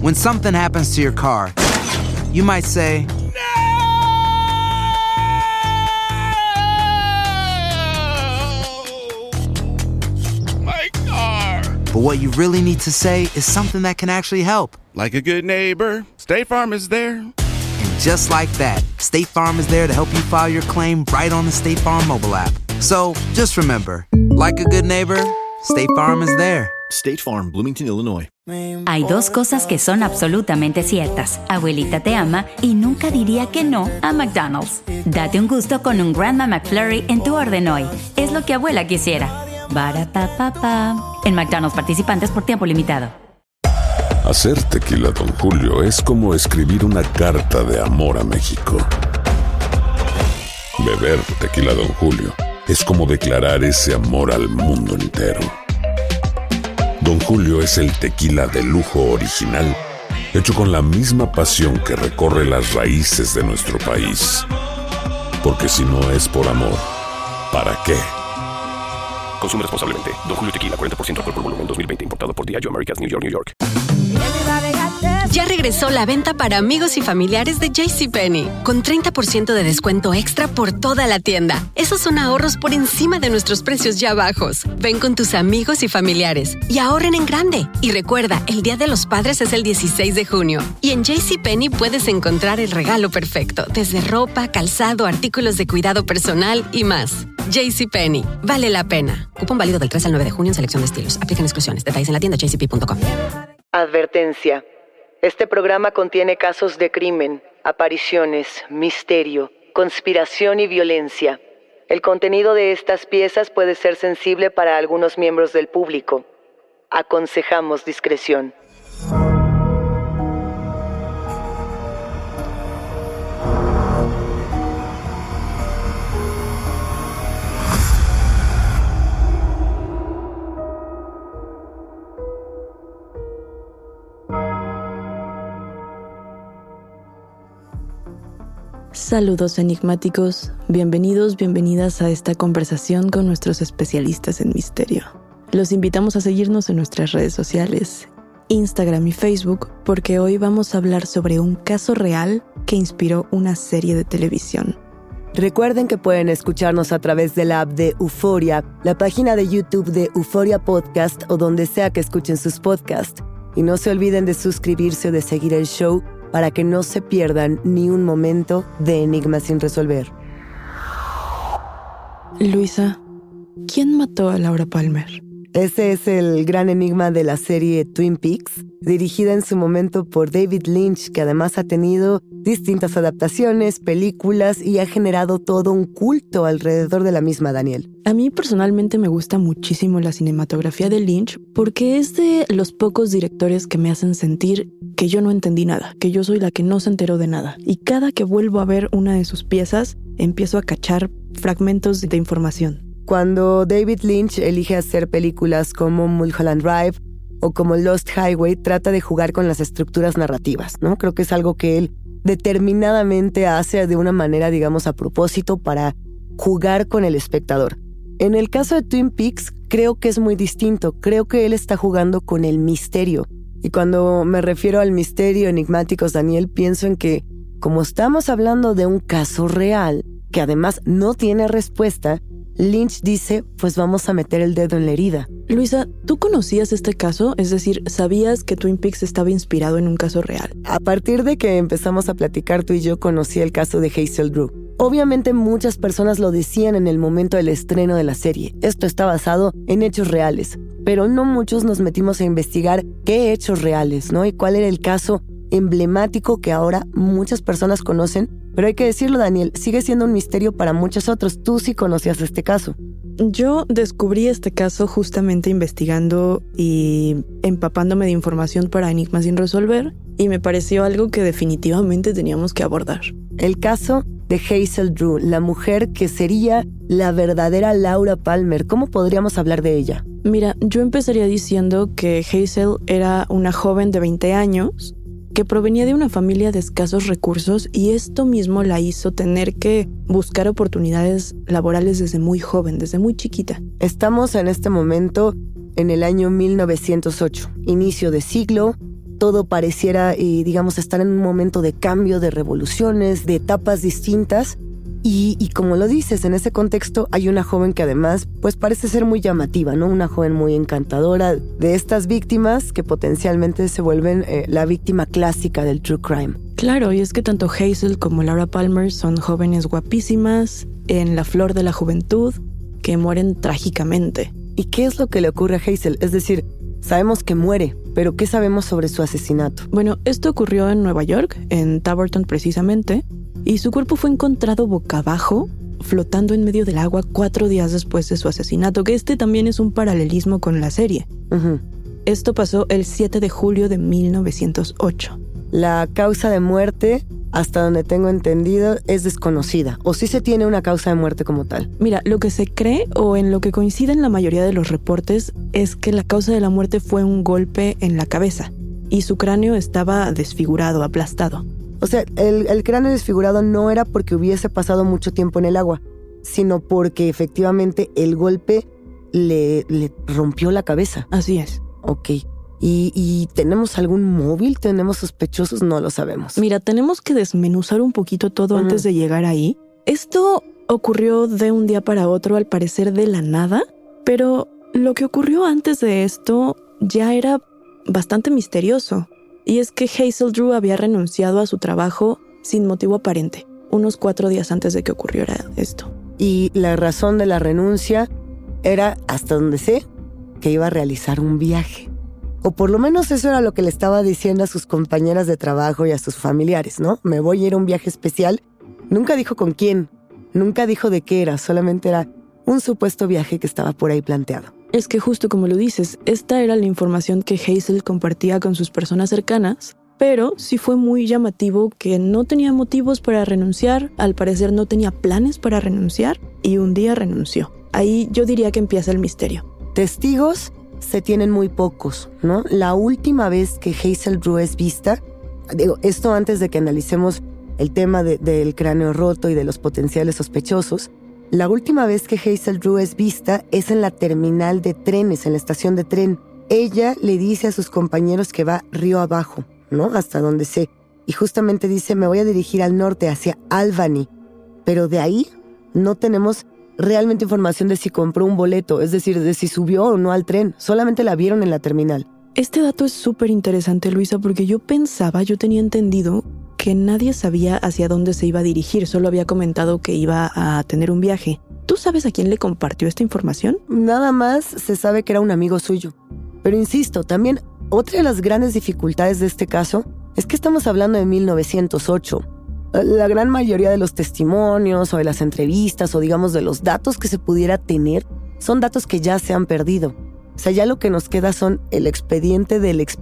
When something happens to your car, you might say, My car! but what you really need to say is something that can actually help. Like a good neighbor, State Farm is there. And just like that, State Farm is there to help you file your claim right on the State Farm mobile app. So, just remember, like a good neighbor, State Farm is there. State Farm, Bloomington, Illinois. Hay dos cosas que son absolutamente ciertas. Abuelita te ama y nunca diría que no a McDonald's. Date un gusto con un Grandma McFlurry en tu orden hoy. Es lo que abuela quisiera. Ba-ra-pa-pa-pa. En McDonald's participantes por tiempo limitado. Hacer tequila Don Julio es como escribir una carta de amor a México. Beber tequila Don Julio es como declarar ese amor al mundo entero. Don Julio es el tequila de lujo original, hecho con la misma pasión que recorre las raíces de nuestro país. Porque si no es por amor, ¿para qué? Consume responsablemente. Don Julio Tequila, 40% alcohol por volumen, 2020. Importado por Diageo Americas, New York, New York. Ya regresó la venta para amigos y familiares de JCPenney, con 30% de descuento extra por toda la tienda. Esos son ahorros por encima de nuestros precios ya bajos. Ven con tus amigos y familiares y ahorren en grande. Y recuerda, el Día de los Padres es el 16 de junio. Y en JCPenney puedes encontrar el regalo perfecto, desde ropa, calzado, artículos de cuidado personal y más. JCPenney, vale la pena. Cupón válido del 3 al 9 de junio en selección de estilos. Aplican exclusiones. Detalles en la tienda jcp.com. Advertencia. Este programa contiene casos de crimen, apariciones, misterio, conspiración y violencia. El contenido de estas piezas puede ser sensible para algunos miembros del público. Aconsejamos discreción. Saludos enigmáticos, bienvenidos, bienvenidas a esta conversación con nuestros especialistas en misterio. Los invitamos a seguirnos en nuestras redes sociales, Instagram y Facebook, porque hoy vamos a hablar sobre un caso real que inspiró una serie de televisión. Recuerden que pueden escucharnos a través de la app de Euforia, la página de YouTube de Euforia Podcast o donde sea que escuchen sus podcasts. Y no se olviden de suscribirse o de seguir el show para que no se pierdan ni un momento de Enigmas sin resolver. Luisa, ¿quién mató a Laura Palmer? Ese es el gran enigma de la serie Twin Peaks, dirigida en su momento por David Lynch, que además ha tenido distintas adaptaciones, películas y ha generado todo un culto alrededor de la misma, Daniel. A mí personalmente me gusta muchísimo la cinematografía de Lynch porque es de los pocos directores que me hacen sentir que yo no entendí nada, que yo soy la que no se enteró de nada. Y cada que vuelvo a ver una de sus piezas, empiezo a cachar fragmentos de información. Cuando David Lynch elige hacer películas como Mulholland Drive o como Lost Highway, trata de jugar con las estructuras narrativas, ¿no? Creo que es algo que él determinadamente hace de una manera, digamos, a propósito para jugar con el espectador. En el caso de Twin Peaks, creo que es muy distinto. Creo que él está jugando con el misterio. Y cuando me refiero al misterio enigmáticos, Daniel, pienso en que, como estamos hablando de un caso real, que además no tiene respuesta, Lynch dice, pues vamos a meter el dedo en la herida. Luisa, ¿tú conocías este caso? Es decir, ¿sabías que Twin Peaks estaba inspirado en un caso real? A partir de que empezamos a platicar tú y yo, conocí el caso de Hazel Drew. Obviamente muchas personas lo decían en el momento del estreno de la serie. Esto está basado en hechos reales, pero no muchos nos metimos a investigar qué hechos reales, ¿no? Y cuál era el caso emblemático que ahora muchas personas conocen. Pero hay que decirlo, Daniel, sigue siendo un misterio para muchos otros. Tú sí conocías este caso. Yo descubrí este caso justamente investigando y empapándome de información para Enigmas sin resolver, y me pareció algo que definitivamente teníamos que abordar. El caso de Hazel Drew, la mujer que sería la verdadera Laura Palmer. ¿Cómo podríamos hablar de ella? Mira, yo empezaría diciendo que Hazel era una joven de 20 años que provenía de una familia de escasos recursos, y esto mismo la hizo tener que buscar oportunidades laborales desde muy joven, desde muy chiquita. Estamos en este momento en el año 1908, inicio de siglo, todo pareciera, digamos, estar en un momento de cambio, de revoluciones, de etapas distintas. Y como lo dices, en ese contexto hay una joven que además pues parece ser muy llamativa, ¿no? Una joven muy encantadora de estas víctimas que potencialmente se vuelven la víctima clásica del true crime. Claro, y es que tanto Hazel como Laura Palmer son jóvenes guapísimas, en la flor de la juventud, que mueren trágicamente. ¿Y qué es lo que le ocurre a Hazel? Es decir, sabemos que muere, pero ¿qué sabemos sobre su asesinato? Bueno, esto ocurrió en Nueva York, en Taborton precisamente, y su cuerpo fue encontrado boca abajo, flotando en medio del agua 4 días después de su asesinato, que este también es un paralelismo con la serie. Uh-huh. Esto pasó el 7 de julio de 1908. La causa de muerte, hasta donde tengo entendido, es desconocida. ¿O sí se tiene una causa de muerte como tal? Mira, lo que se cree, o en lo que coinciden la mayoría de los reportes, es que la causa de la muerte fue un golpe en la cabeza, y su cráneo estaba desfigurado, aplastado. O sea, el cráneo desfigurado no era porque hubiese pasado mucho tiempo en el agua, sino porque efectivamente el golpe le rompió la cabeza. Así es. Ok. ¿Y tenemos algún móvil? ¿Tenemos sospechosos? No lo sabemos. Mira, tenemos que desmenuzar un poquito todo antes de llegar ahí. Esto ocurrió de un día para otro, al parecer de la nada, pero lo que ocurrió antes de esto ya era bastante misterioso. Y es que Hazel Drew había renunciado a su trabajo sin motivo aparente, unos 4 días antes de que ocurriera esto. Y la razón de la renuncia era, hasta donde sé, que iba a realizar un viaje. O por lo menos eso era lo que le estaba diciendo a sus compañeras de trabajo y a sus familiares, ¿no? Me voy a ir a un viaje especial. Nunca dijo con quién, nunca dijo de qué era, solamente era un supuesto viaje que estaba por ahí planteado. Es que justo como lo dices, esta era la información que Hazel compartía con sus personas cercanas, pero sí fue muy llamativo que no tenía motivos para renunciar, al parecer no tenía planes para renunciar, y un día renunció. Ahí yo diría que empieza el misterio. Testigos se tienen muy pocos, ¿no? La última vez que Hazel Drew es vista, digo, esto antes de que analicemos el tema del cráneo roto y de los potenciales sospechosos, la última vez que Hazel Drew es vista es en la terminal de trenes, en la estación de tren. Ella le dice a sus compañeros que va río abajo, ¿no? Hasta donde sé. Y justamente dice, me voy a dirigir al norte, hacia Albany. Pero de ahí no tenemos realmente información de si compró un boleto, es decir, de si subió o no al tren. Solamente la vieron en la terminal. Este dato es súper interesante, Luisa, porque yo tenía entendido que nadie sabía hacia dónde se iba a dirigir, solo había comentado que iba a tener un viaje. ¿Tú sabes a quién le compartió esta información? Nada más se sabe que era un amigo suyo. Pero insisto, también otra de las grandes dificultades de este caso es que estamos hablando de 1908. La gran mayoría de los testimonios o de las entrevistas o digamos de los datos que se pudiera tener son datos que ya se han perdido. O sea, ya lo que nos queda son el expediente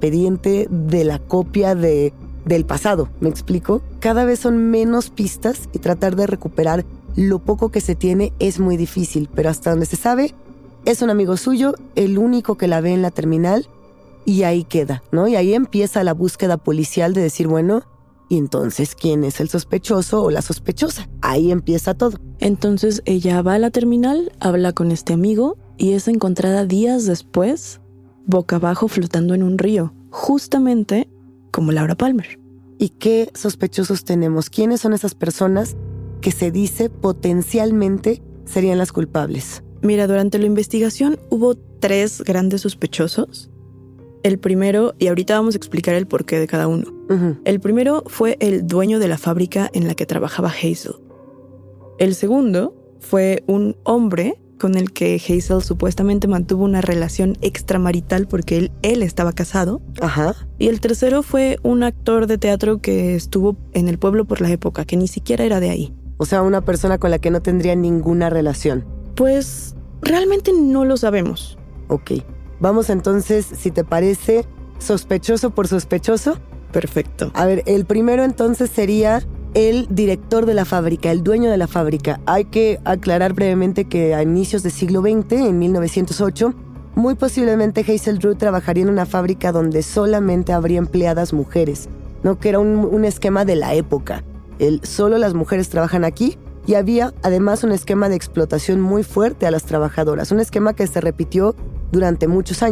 de la copia del pasado, ¿me explico? Cada vez son menos pistas y tratar de recuperar lo poco que se tiene es muy difícil, pero hasta donde se sabe, es un amigo suyo, el único que la ve en la terminal y ahí queda, ¿no? Y ahí empieza la búsqueda policial de decir, bueno, ¿y entonces quién es el sospechoso o la sospechosa? Ahí empieza todo. Entonces ella va a la terminal, habla con este amigo y es encontrada días después, boca abajo flotando en un río, justamente como Laura Palmer. ¿Y qué sospechosos tenemos? ¿Quiénes son esas personas que se dice potencialmente serían las culpables? Mira, durante la investigación hubo 3 grandes sospechosos. El primero, y ahorita vamos a explicar el porqué de cada uno. Uh-huh. El primero fue el dueño de la fábrica en la que trabajaba Hazel. El segundo fue un hombre con el que Hazel supuestamente mantuvo una relación extramarital porque él estaba casado. Ajá. Y el tercero fue un actor de teatro que estuvo en el pueblo por la época, que ni siquiera era de ahí. O sea, una persona con la que no tendría ninguna relación. Pues realmente no lo sabemos. Ok. Vamos entonces, si te parece, sospechoso por sospechoso. Perfecto. A ver, el primero entonces sería el director de la fábrica, el dueño de la fábrica. Hay que aclarar brevemente que a inicios del siglo XX, en 1908, muy posiblemente Hazel Drew trabajaría en una fábrica donde solamente habría empleadas mujeres, ¿no? Que era un esquema de la época. Solo las mujeres trabajan aquí y había además un esquema de explotación muy fuerte a las trabajadoras, un esquema que se repitió durante muchos años.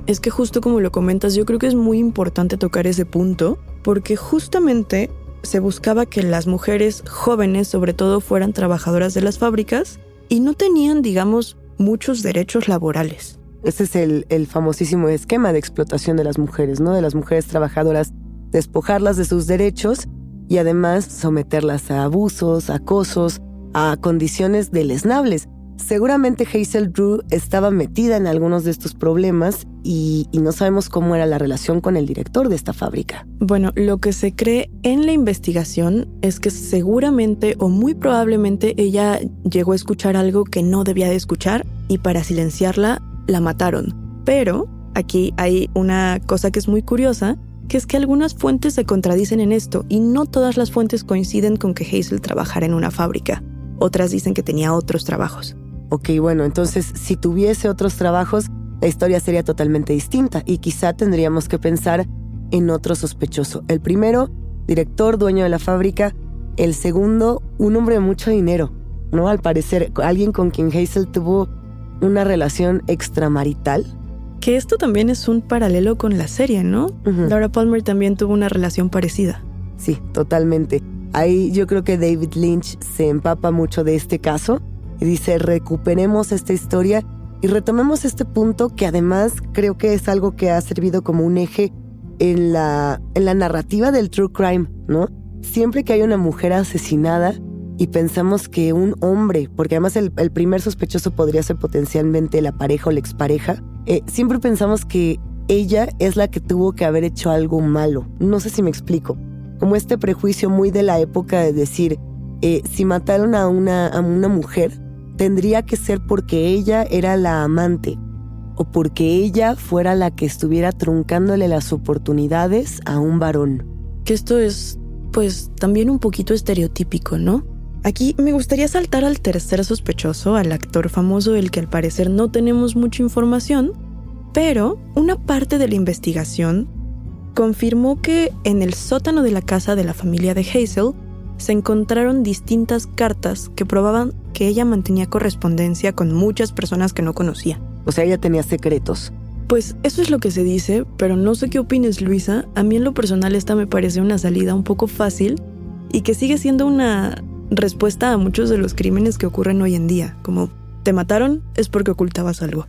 es que justo como lo comentas, yo creo que es muy importante tocar ese punto, porque justamente se buscaba que las mujeres jóvenes, sobre todo, fueran trabajadoras de las fábricas y no tenían, digamos, muchos derechos laborales. Ese es el famosísimo esquema de explotación de las mujeres, ¿no? De las mujeres trabajadoras, despojarlas de sus derechos y además someterlas a abusos, acosos, a condiciones deleznables. Seguramente Hazel Drew estaba metida en algunos de estos problemas y no sabemos cómo era la relación con el director de esta fábrica. Bueno, lo que se cree en la investigación es que seguramente o muy probablemente ella llegó a escuchar algo que no debía de escuchar y para silenciarla la mataron. Pero aquí hay una cosa que es muy curiosa, que es que algunas fuentes se contradicen en esto y no todas las fuentes coinciden con que Hazel trabajara en una fábrica. Otras dicen que tenía otros trabajos. Ok, bueno, entonces si tuviese otros trabajos, la historia sería totalmente distinta y quizá tendríamos que pensar en otro sospechoso. El primero, director, dueño de la fábrica. El segundo, un hombre de mucho dinero, ¿no? Al parecer, alguien con quien Hazel tuvo una relación extramarital. Que esto también es un paralelo con la serie, ¿no? Uh-huh. Laura Palmer también tuvo una relación parecida. Sí, totalmente. Ahí yo creo que David Lynch se empapa mucho de este caso y dice, recuperemos esta historia y retomemos este punto que además creo que es algo que ha servido como un eje en la narrativa del true crime, ¿no? Siempre que hay una mujer asesinada y pensamos que un hombre, porque además el primer sospechoso podría ser potencialmente la pareja o la expareja, siempre pensamos que ella es la que tuvo que haber hecho algo malo. No sé si me explico. Como este prejuicio muy de la época de decir, si mataron a una mujer, tendría que ser porque ella era la amante o porque ella fuera la que estuviera truncándole las oportunidades a un varón. Que esto es, pues, también un poquito estereotípico, ¿no? Aquí me gustaría saltar al tercer sospechoso, al actor famoso del que al parecer no tenemos mucha información, pero una parte de la investigación confirmó que en el sótano de la casa de la familia de Hazel se encontraron distintas cartas que probaban que ella mantenía correspondencia con muchas personas que no conocía. O sea, ella tenía secretos. Pues eso es lo que se dice, pero no sé qué opines, Luisa. A mí en lo personal esta me parece una salida un poco fácil y que sigue siendo una respuesta a muchos de los crímenes que ocurren hoy en día. Como, te mataron es porque ocultabas algo.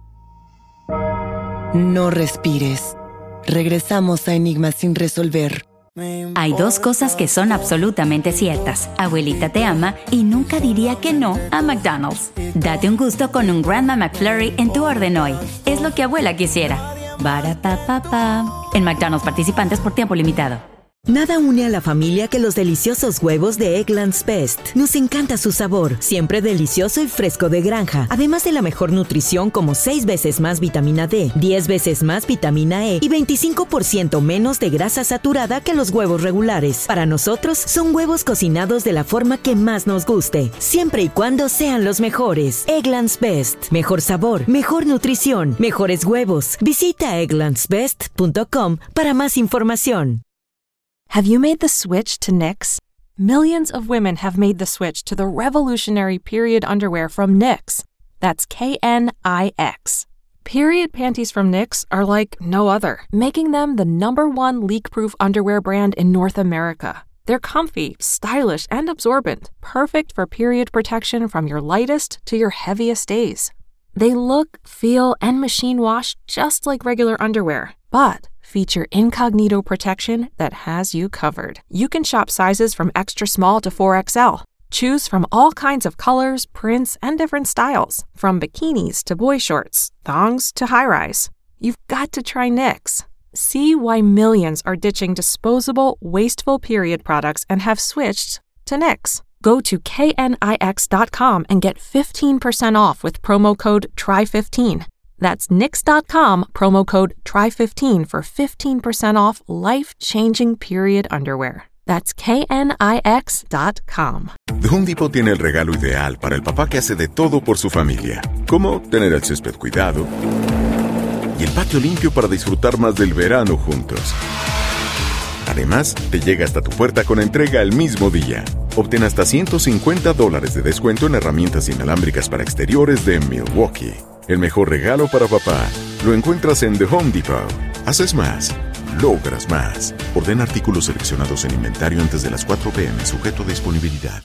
No respires. Regresamos a Enigmas sin resolver. Hay dos cosas que son absolutamente ciertas. Abuelita te ama y nunca diría que no a McDonald's. Date un gusto con un Grandma McFlurry en tu orden hoy. Es lo que abuela quisiera. Ba-ra-pa-pa-pa. En McDonald's participantes por tiempo limitado. Nada une a la familia que los deliciosos huevos de Eggland's Best. Nos encanta su sabor, siempre delicioso y fresco de granja. Además de la mejor nutrición como 6 veces más vitamina D, 10 veces más vitamina E y 25% menos de grasa saturada que los huevos regulares. Para nosotros, son huevos cocinados de la forma que más nos guste, siempre y cuando sean los mejores. Eggland's Best. Mejor sabor, mejor nutrición, mejores huevos. Visita egglandsbest.com para más información. Have you made the switch to Knix? Millions of women have made the switch to the revolutionary period underwear from Knix. That's Knix. Period panties from Knix are like no other, making them the #1 leak-proof underwear brand in North America. They're comfy, stylish, and absorbent, perfect for period protection from your lightest to your heaviest days. They look, feel, and machine wash just like regular underwear, but feature incognito protection that has you covered. You can shop sizes from extra small to 4XL. Choose from all kinds of colors, prints, and different styles, from bikinis to boy shorts, thongs to high-rise. You've got to try Knix. See why millions are ditching disposable, wasteful period products and have switched to Knix. Go to knix.com and get 15% off with promo code TRY15. That's Knix.com, promo code TRY15 for 15% off life-changing period underwear. That's knix.com. The Home Depot tiene el regalo ideal para el papá que hace de todo por su familia, como tener el césped cuidado y el patio limpio para disfrutar más del verano juntos. Además, te llega hasta tu puerta con entrega el mismo día. Obtén hasta $150 de descuento en herramientas inalámbricas para exteriores de Milwaukee. El mejor regalo para papá lo encuentras en The Home Depot. Haces más, logras más. Ordena artículos seleccionados en inventario antes de las 4 p.m. sujeto a disponibilidad.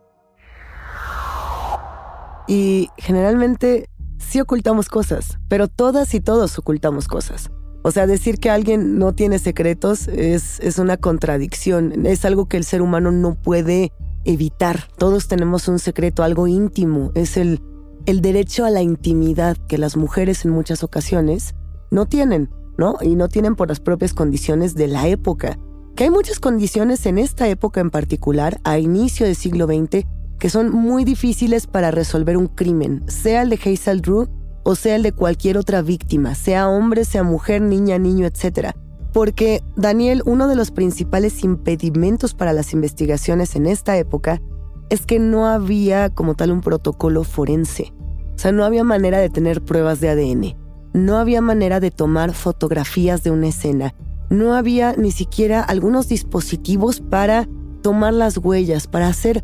Y generalmente sí ocultamos cosas, pero todas y todos ocultamos cosas. O sea, decir que alguien no tiene secretos es una contradicción. Es algo que el ser humano no puede evitar. Todos tenemos un secreto, algo íntimo. Es el derecho a la intimidad que las mujeres en muchas ocasiones no tienen, ¿no? Y no tienen por las propias condiciones de la época. Que hay muchas condiciones en esta época en particular, a inicio del siglo XX, que son muy difíciles para resolver un crimen, sea el de Hazel Drew o sea el de cualquier otra víctima, sea hombre, sea mujer, niña, niño, etc. Porque, Daniel, uno de los principales impedimentos para las investigaciones en esta época es que no había como tal un protocolo forense. O sea, no había manera de tener pruebas de ADN, no había manera de tomar fotografías de una escena, no había ni siquiera algunos dispositivos para tomar las huellas, para hacer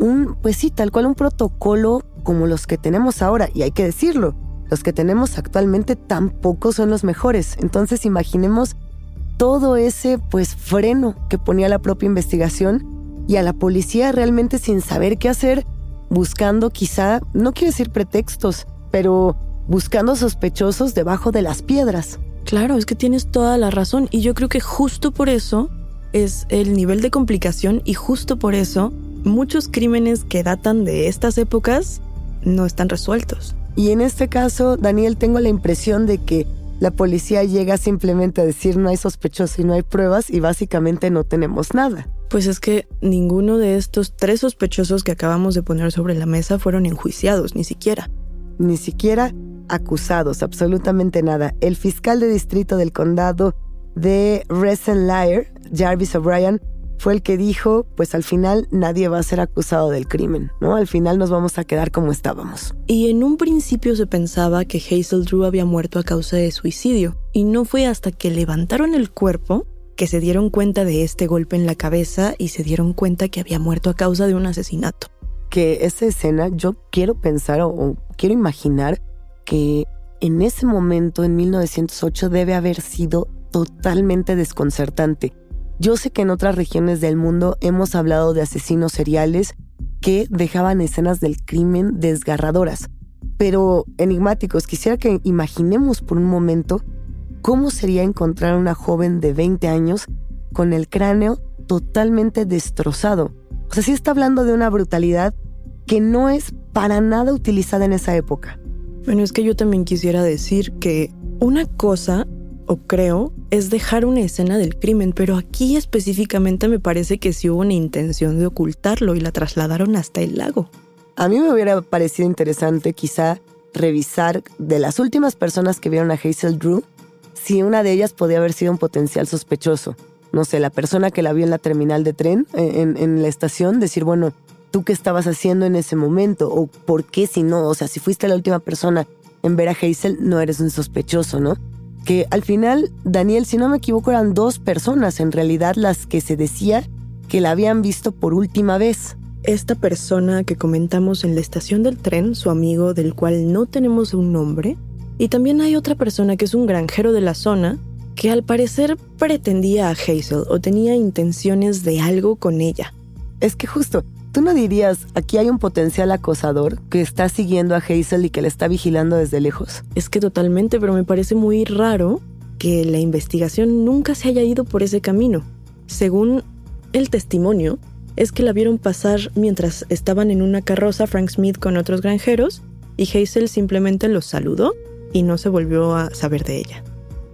tal cual un protocolo como los que tenemos ahora. Y hay que decirlo, los que tenemos actualmente tampoco son los mejores. Entonces imaginemos todo ese freno que ponía la propia investigación y a la policía realmente sin saber qué hacer, buscando quizá, no quiero decir pretextos, pero buscando sospechosos debajo de las piedras. Claro, es que tienes toda la razón y yo creo que justo por eso es el nivel de complicación y justo por eso muchos crímenes que datan de estas épocas no están resueltos. Y en este caso, Daniel, tengo la impresión de que la policía llega simplemente a decir no hay sospechoso y no hay pruebas y básicamente no tenemos nada. Pues es que ninguno de estos 3 sospechosos que acabamos de poner sobre la mesa fueron enjuiciados, ni siquiera. Ni siquiera acusados, absolutamente nada. El fiscal de distrito del condado de Rensselaer, Jarvis O'Brien, fue el que dijo, pues al final nadie va a ser acusado del crimen, ¿no? Al final nos vamos a quedar como estábamos. Y en un principio se pensaba que Hazel Drew había muerto a causa de suicidio, y no fue hasta que levantaron el cuerpo que se dieron cuenta de este golpe en la cabeza y se dieron cuenta que había muerto a causa de un asesinato. Que esa escena, yo quiero pensar o quiero imaginar que en ese momento, en 1908, debe haber sido totalmente desconcertante. Yo sé que en otras regiones del mundo hemos hablado de asesinos seriales que dejaban escenas del crimen desgarradoras. Pero, enigmáticos, quisiera que imaginemos por un momento cómo sería encontrar a una joven de 20 años con el cráneo totalmente destrozado. O sea, sí está hablando de una brutalidad que no es para nada utilizada en esa época. Bueno, es que yo también quisiera decir que una cosa, o creo, es dejar una escena del crimen, pero aquí específicamente me parece que sí hubo una intención de ocultarlo y la trasladaron hasta el lago. A mí me hubiera parecido interesante quizá revisar de las últimas personas que vieron a Hazel Drew, si una de ellas podía haber sido un potencial sospechoso. No sé, la persona que la vio en la terminal de tren, en la estación, decir, bueno, ¿tú qué estabas haciendo en ese momento? ¿O por qué si no? O sea, si fuiste la última persona en ver a Hazel, no eres un sospechoso, ¿no? Que al final, Daniel, si no me equivoco, eran 2 personas en realidad las que se decía que la habían visto por última vez. Esta persona que comentamos en la estación del tren, su amigo del cual no tenemos un nombre, y también hay otra persona que es un granjero de la zona que al parecer pretendía a Hazel o tenía intenciones de algo con ella. Es que justo, ¿tú no dirías, aquí hay un potencial acosador que está siguiendo a Hazel y que la está vigilando desde lejos? Es que totalmente, pero me parece muy raro que la investigación nunca se haya ido por ese camino. Según el testimonio, es que la vieron pasar mientras estaban en una carroza Frank Smith con otros granjeros y Hazel simplemente los saludó y no se volvió a saber de ella.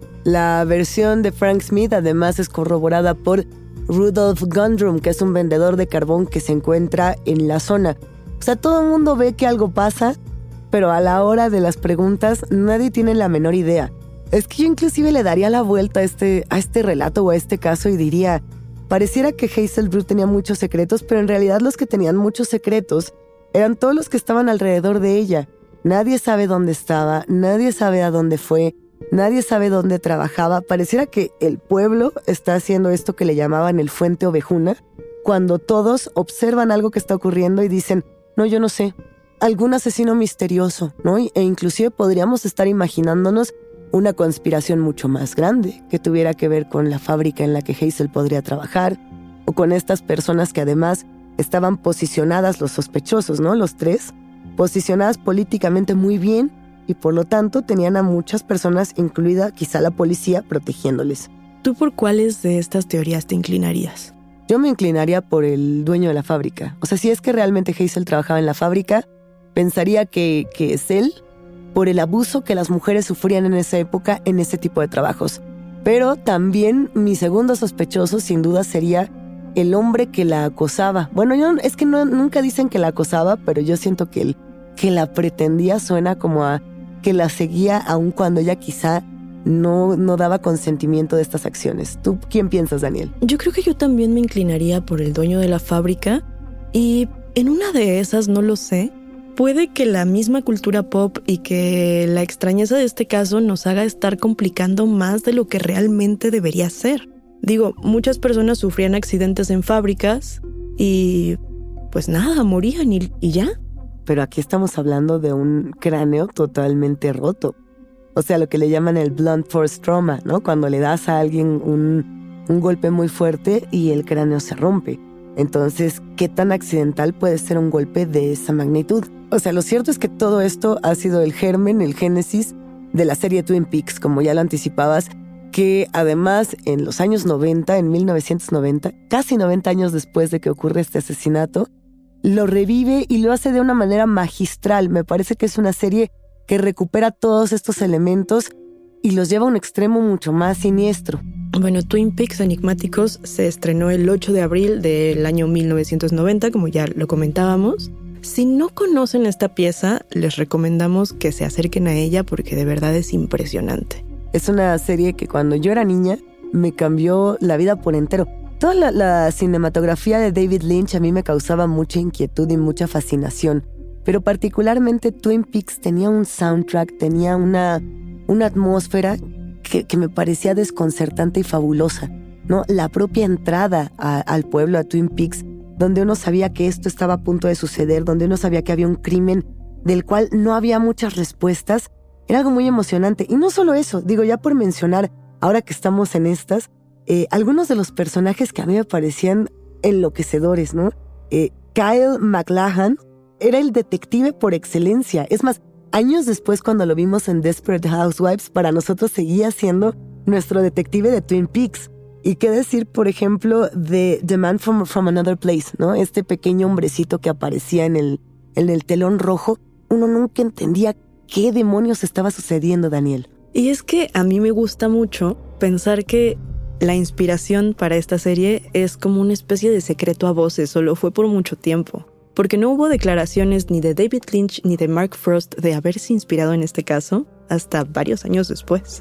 La versión de Frank Smith además es corroborada por Rudolph Gundrum, que es un vendedor de carbón que se encuentra en la zona. O sea, todo el mundo ve que algo pasa, pero a la hora de las preguntas nadie tiene la menor idea. Es que yo inclusive le daría la vuelta a este relato o a este caso y diría, pareciera que Hazel Drew tenía muchos secretos, pero en realidad los que tenían muchos secretos eran todos los que estaban alrededor de ella. Nadie sabe dónde estaba, nadie sabe a dónde fue, nadie sabe dónde trabajaba. Pareciera que el pueblo está haciendo esto que le llamaban el fuente ovejuna, cuando todos observan algo que está ocurriendo y dicen, no, yo no sé, algún asesino misterioso, ¿no? E inclusive podríamos estar imaginándonos una conspiración mucho más grande que tuviera que ver con la fábrica en la que Hazel podría trabajar o con estas personas que además estaban posicionadas, los sospechosos, ¿no? Los tres, posicionadas políticamente muy bien y por lo tanto tenían a muchas personas, incluida quizá la policía, protegiéndoles. ¿Tú por cuáles de estas teorías te inclinarías? Yo me inclinaría por el dueño de la fábrica. O sea, si es que realmente Hazel trabajaba en la fábrica, pensaría que es él por el abuso que las mujeres sufrían en esa época en ese tipo de trabajos. Pero también mi segundo sospechoso sin duda sería el hombre que la acosaba. Bueno, es que nunca dicen que la acosaba, pero yo siento que que la pretendía suena como a que la seguía aun cuando ella quizá no daba consentimiento de estas acciones. ¿Tú quién piensas, Daniel? Yo creo que yo también me inclinaría por el dueño de la fábrica y en una de esas, no lo sé, puede que la misma cultura pop y que la extrañeza de este caso nos haga estar complicando más de lo que realmente debería ser. Digo, muchas personas sufrían accidentes en fábricas y pues nada, morían y ya. Pero aquí estamos hablando de un cráneo totalmente roto. O sea, lo que le llaman el blunt force trauma, ¿no? Cuando le das a alguien un golpe muy fuerte y el cráneo se rompe. Entonces, ¿qué tan accidental puede ser un golpe de esa magnitud? O sea, lo cierto es que todo esto ha sido el germen, el génesis de la serie Twin Peaks, como ya lo anticipabas, que además en los años 90, en 1990, casi 90 años después de que ocurre este asesinato, lo revive y lo hace de una manera magistral. Me parece que es una serie que recupera todos estos elementos y los lleva a un extremo mucho más siniestro. Bueno, Twin Peaks Enigmáticos se estrenó el 8 de abril del año 1990, como ya lo comentábamos. Si no conocen esta pieza, les recomendamos que se acerquen a ella porque de verdad es impresionante. Es una serie que cuando yo era niña me cambió la vida por entero. Toda la cinematografía de David Lynch a mí me causaba mucha inquietud y mucha fascinación. Pero particularmente Twin Peaks tenía un soundtrack, tenía una atmósfera que me parecía desconcertante y fabulosa, ¿no? La propia entrada al pueblo, a Twin Peaks, donde uno sabía que esto estaba a punto de suceder, donde uno sabía que había un crimen del cual no había muchas respuestas, era algo muy emocionante. Y no solo eso, digo, ya por mencionar, ahora que estamos en estas, algunos de los personajes que a mí me parecían enloquecedores, ¿no? Kyle MacLachlan era el detective por excelencia. Es más, años después cuando lo vimos en Desperate Housewives, para nosotros seguía siendo nuestro detective de Twin Peaks. Y qué decir, por ejemplo, de The Man from Another Place, ¿no? Este pequeño hombrecito que aparecía en el telón rojo. Uno nunca entendía qué demonios estaba sucediendo, Daniel. Y es que a mí me gusta mucho pensar que la inspiración para esta serie es como una especie de secreto a voces, o lo fue por mucho tiempo. Porque no hubo declaraciones ni de David Lynch ni de Mark Frost de haberse inspirado en este caso hasta varios años después.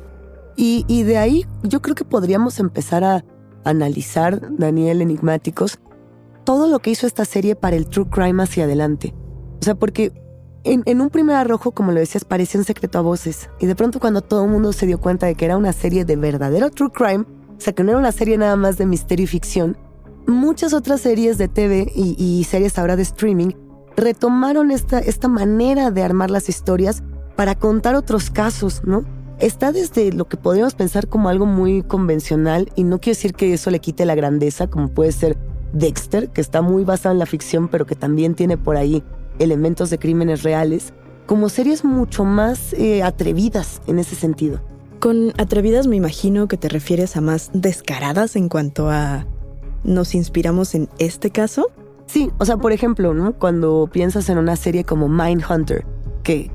Y de ahí yo creo que podríamos empezar a analizar, Daniel, Enigmáticos, todo lo que hizo esta serie para el true crime hacia adelante. O sea, porque en un primer arrojo, como lo decías, parecía un secreto a voces. Y de pronto cuando todo el mundo se dio cuenta de que era una serie de verdadero true crime, o sea, que no era una serie nada más de misterio y ficción, muchas otras series de TV y series ahora de streaming retomaron esta manera de armar las historias para contar otros casos, ¿no? Está desde lo que podríamos pensar como algo muy convencional, y no quiero decir que eso le quite la grandeza, como puede ser Dexter, que está muy basado en la ficción, pero que también tiene por ahí elementos de crímenes reales, como series mucho más atrevidas en ese sentido. Con atrevidas me imagino que te refieres a más descaradas en cuanto a ¿nos inspiramos en este caso? Sí, o sea, por ejemplo, ¿no? Cuando piensas en una serie como Mindhunter, que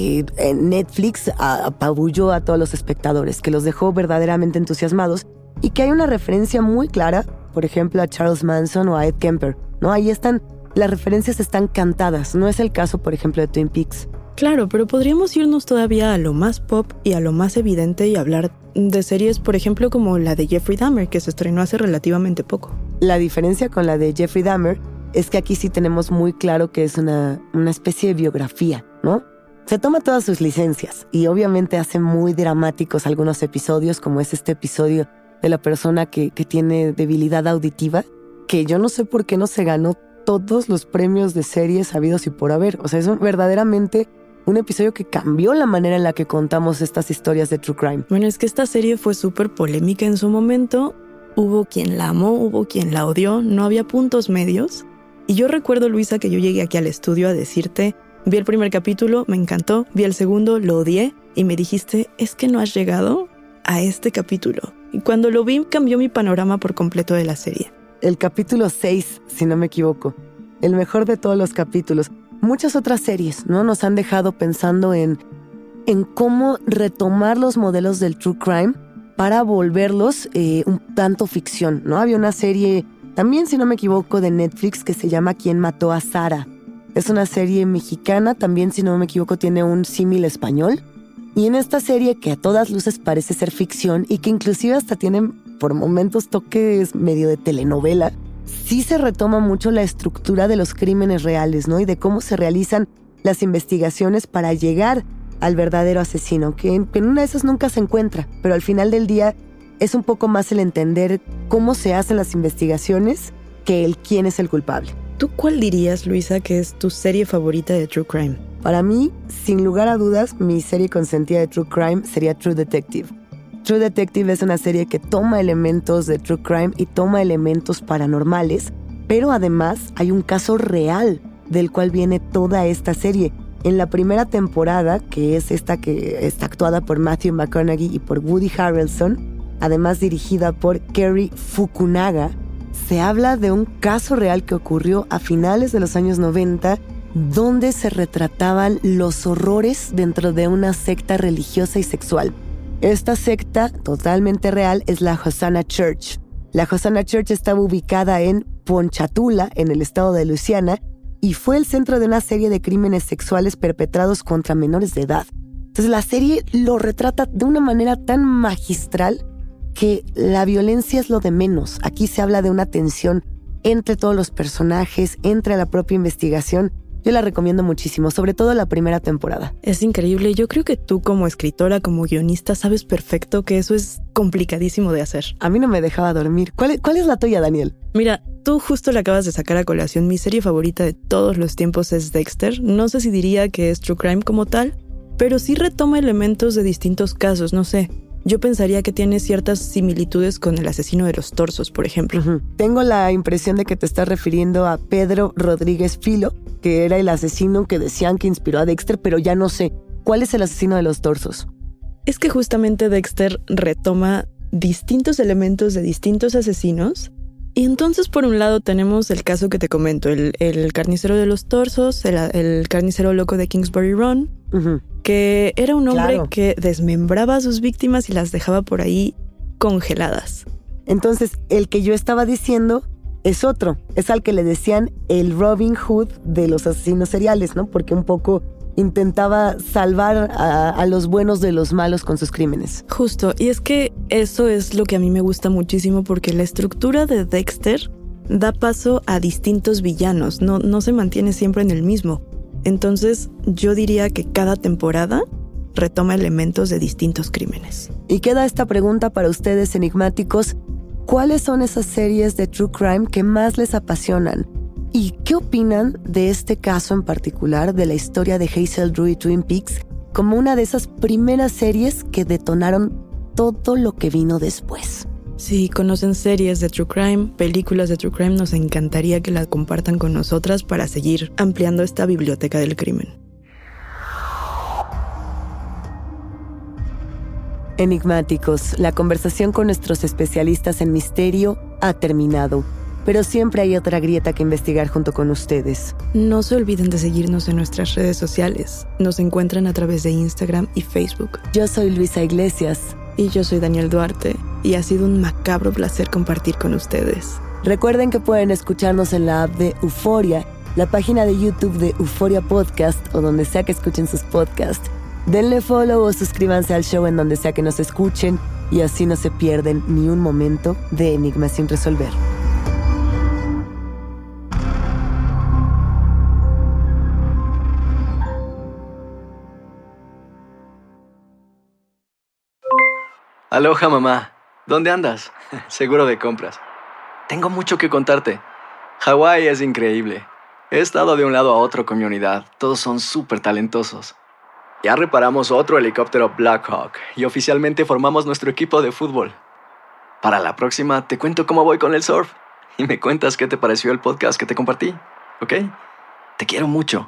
en Netflix apabulló a todos los espectadores, que los dejó verdaderamente entusiasmados, y que hay una referencia muy clara, por ejemplo, a Charles Manson o a Ed Kemper, ¿no? Ahí están, las referencias están cantadas, no es el caso, por ejemplo, de Twin Peaks. Claro, pero podríamos irnos todavía a lo más pop y a lo más evidente y hablar de series, por ejemplo, como la de Jeffrey Dahmer, que se estrenó hace relativamente poco. La diferencia con la de Jeffrey Dahmer es que aquí sí tenemos muy claro que es una especie de biografía, ¿no? Se toma todas sus licencias y obviamente hace muy dramáticos algunos episodios, como es este episodio de la persona que tiene debilidad auditiva, que yo no sé por qué no se ganó todos los premios de series habidos y por haber. O sea, es verdaderamente un episodio que cambió la manera en la que contamos estas historias de true crime. Bueno, es que esta serie fue súper polémica en su momento. Hubo quien la amó, hubo quien la odió, no había puntos medios. Y yo recuerdo, Luisa, que yo llegué aquí al estudio a decirte, vi el primer capítulo, me encantó, vi el segundo, lo odié, y me dijiste, es que no has llegado a este capítulo. Y cuando lo vi, cambió mi panorama por completo de la serie. El capítulo 6, si no me equivoco, el mejor de todos los capítulos. Muchas otras series, ¿no? Nos han dejado pensando en cómo retomar los modelos del true crime para volverlos un tanto ficción, ¿no? Había una serie, también si no me equivoco, de Netflix que se llama ¿Quién mató a Sara? Es una serie mexicana, también si no me equivoco tiene un símil español. Y en esta serie, que a todas luces parece ser ficción y que inclusive hasta tiene por momentos toques medio de telenovela, sí se retoma mucho la estructura de los crímenes reales, ¿no? Y de cómo se realizan las investigaciones para llegar al verdadero asesino, que en una de esas nunca se encuentra, pero al final del día es un poco más el entender cómo se hacen las investigaciones que el quién es el culpable. ¿Tú cuál dirías, Luisa, que es tu serie favorita de True Crime? Para mí, sin lugar a dudas, mi serie consentida de True Crime sería True Detective. True Detective es una serie que toma elementos de True Crime y toma elementos paranormales, pero además hay un caso real del cual viene toda esta serie. En la primera temporada, que es esta que está actuada por Matthew McConaughey y por Woody Harrelson, además dirigida por Cary Fukunaga, se habla de un caso real que ocurrió a finales de los años 90, donde se retrataban los horrores dentro de una secta religiosa y sexual. Esta secta, totalmente real, es la Hosanna Church. La Hosanna Church estaba ubicada en Ponchatoula, en el estado de Luisiana, y fue el centro de una serie de crímenes sexuales perpetrados contra menores de edad. Entonces la serie lo retrata de una manera tan magistral que la violencia es lo de menos. Aquí se habla de una tensión entre todos los personajes, entre la propia investigación. Yo la recomiendo muchísimo, sobre todo la primera temporada. Es increíble. Yo creo que tú como escritora, como guionista, sabes perfecto que eso es complicadísimo de hacer. A mí no me dejaba dormir. ¿Cuál es la tuya, Daniel? Mira, tú justo la acabas de sacar a colación. Mi serie favorita de todos los tiempos es Dexter. No sé si diría que es True Crime como tal, pero sí retoma elementos de distintos casos, no sé. Yo pensaría que tiene ciertas similitudes con El asesino de los torsos, por ejemplo. Tengo la impresión de que te estás refiriendo a Pedro Rodríguez Filo, que era el asesino que decían que inspiró a Dexter, pero ya no sé. ¿Cuál es el asesino de los torsos? Es que justamente Dexter retoma distintos elementos de distintos asesinos. Y entonces, por un lado, tenemos el caso que te comento, el carnicero de los torsos, el carnicero loco de Kingsbury Run, que era un hombre que desmembraba a sus víctimas y las dejaba por ahí congeladas. Entonces, el que yo estaba diciendo es otro, es al que le decían el Robin Hood de los asesinos seriales, ¿no? Porque un poco intentaba salvar a los buenos de los malos con sus crímenes. Justo, y es que eso es lo que a mí me gusta muchísimo porque la estructura de Dexter da paso a distintos villanos, no se mantiene siempre en el mismo. Entonces yo diría que cada temporada retoma elementos de distintos crímenes. Y queda esta pregunta para ustedes enigmáticos: ¿cuáles son esas series de True Crime que más les apasionan? ¿Y qué opinan de este caso en particular, de la historia de Hazel Drew y Twin Peaks, como una de esas primeras series que detonaron todo lo que vino después? Si conocen series de True Crime, películas de True Crime, nos encantaría que la compartan con nosotras para seguir ampliando esta biblioteca del crimen. Enigmáticos, la conversación con nuestros especialistas en misterio ha terminado, pero siempre hay otra grieta que investigar junto con ustedes. No se olviden de seguirnos en nuestras redes sociales. Nos encuentran a través de Instagram y Facebook. Yo soy Luisa Iglesias. Y yo soy Daniel Duarte. Y ha sido un macabro placer compartir con ustedes. Recuerden que pueden escucharnos en la app de Euforia, la página de YouTube de Euforia Podcast o donde sea que escuchen sus podcasts. Denle follow o suscríbanse al show en donde sea que nos escuchen y así no se pierden ni un momento de Enigmas sin resolver. Aloha, mamá. ¿Dónde andas? Seguro de compras. Tengo mucho que contarte. Hawái es increíble. He estado de un lado a otro con mi unidad. Todos son súper talentosos. Ya reparamos otro helicóptero Blackhawk y oficialmente formamos nuestro equipo de fútbol. Para la próxima te cuento cómo voy con el surf y me cuentas qué te pareció el podcast que te compartí, ¿ok? Te quiero mucho.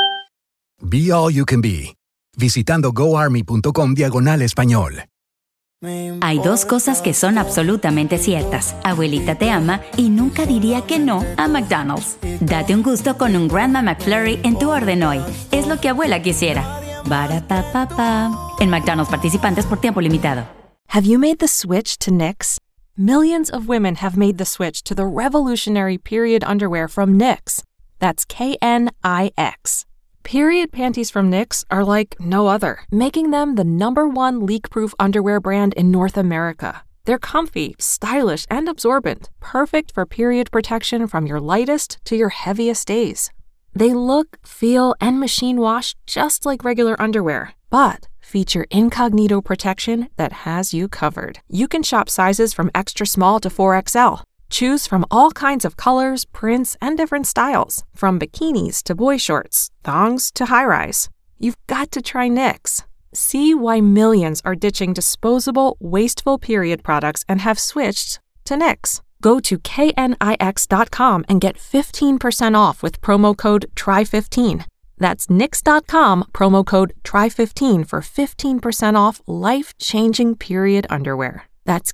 Be All You Can Be, visitando goarmy.com/español. Hay dos cosas que son absolutamente ciertas. Abuelita te ama y nunca diría que no a McDonald's. Date un gusto con un Grandma McFlurry en tu orden hoy. Es lo que abuela quisiera. Ba-da-pa-pa-pa. En McDonald's participantes por tiempo limitado. Have you made the switch to Knix? Millions of women have made the switch to the revolutionary period underwear from Knix. That's Knix. Period panties from Knix are like no other, making them the #1 leak-proof underwear brand in North America. They're comfy, stylish, and absorbent, perfect for period protection from your lightest to your heaviest days. They look, feel, and machine wash just like regular underwear, but feature incognito protection that has you covered. You can shop sizes from extra small to 4XL. Choose from all kinds of colors, prints, and different styles, from bikinis to boy shorts, thongs to high-rise. You've got to try Knix. See why millions are ditching disposable, wasteful period products and have switched to Knix. Go to knix.com and get 15% off with promo code TRY15. That's knix.com, promo code TRY15 for 15% off life-changing period underwear. That's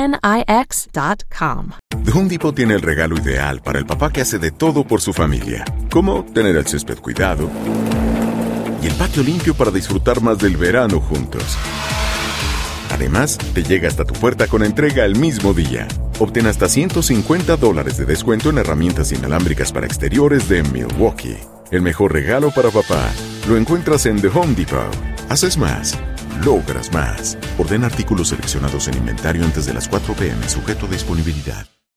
knix.com. The Home Depot tiene el regalo ideal para el papá que hace de todo por su familia, como tener el césped cuidado y el patio limpio para disfrutar más del verano juntos. Además, te llega hasta tu puerta con entrega el mismo día. Obtén hasta $150 de descuento en herramientas inalámbricas para exteriores de Milwaukee. El mejor regalo para papá lo encuentras en The Home Depot. Haces más, logras más. Ordena artículos seleccionados en inventario antes de las 4 p.m. sujeto a disponibilidad.